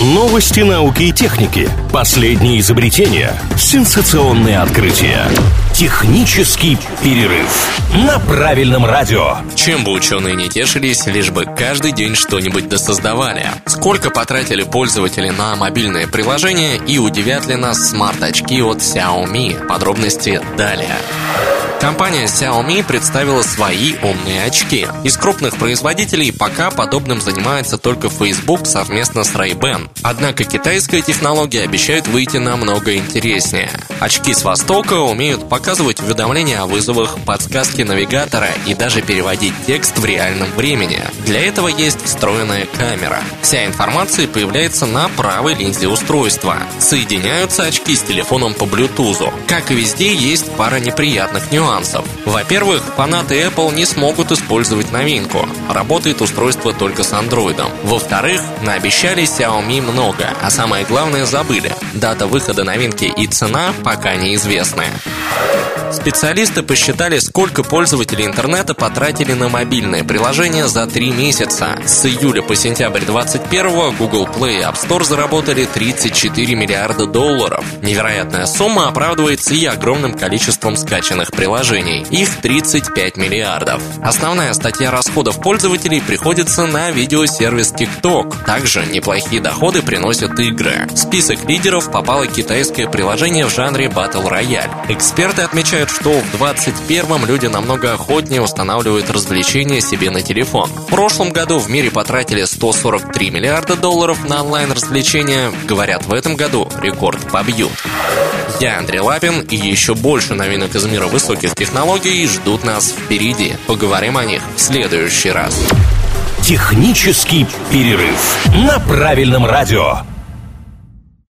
Новости науки и техники, последние изобретения, сенсационные открытия. Технический перерыв на правильном радио. Чем бы ученые не тешились, лишь бы каждый день что-нибудь досоздавали. Сколько потратили пользователи на мобильные приложения и удивят ли нас смарт-очки от Xiaomi? Подробности далее. Компания Xiaomi представила свои умные очки. Из крупных производителей пока подобным занимается только Facebook совместно с Ray-Ban. Однако китайская технология обещает выйти намного интереснее. Очки с Востока умеют показывать уведомления о вызовах, подсказки навигатора и даже переводить текст в реальном времени. Для этого есть встроенная камера. Вся информация появляется на правой линзе устройства. Соединяются очки с телефоном по Bluetooth. Как и везде, есть пара неприятных нюансов. Во-первых, фанаты Apple не смогут использовать новинку. Работает устройство только с Android. Во-вторых, наобещали Xiaomi много, а самое главное забыли. Дата выхода новинки и цена пока неизвестны. Специалисты посчитали, сколько пользователи интернета потратили на мобильные приложения за 3 месяца. С июля по сентябрь 2021-го Google Play и App Store заработали $34 миллиарда. Невероятная сумма оправдывается и огромным количеством скачанных приложений. Их 35 миллиардов. Основная статья расходов пользователей приходится на видеосервис TikTok. Также неплохие доходы приносят игры. В список лидеров попало китайское приложение в жанре Battle Royale. Эксперты отмечают, что в 2021-м люди намного охотнее устанавливают развлечения себе на телефон. В прошлом году в мире потратили $143 миллиарда на онлайн-развлечения. Говорят, в этом году рекорд побьют. Я Андрей Лапин, и еще больше новинок из мира высоких технологий ждут нас впереди. Поговорим о них в следующий раз. Технический перерыв на правильном радио.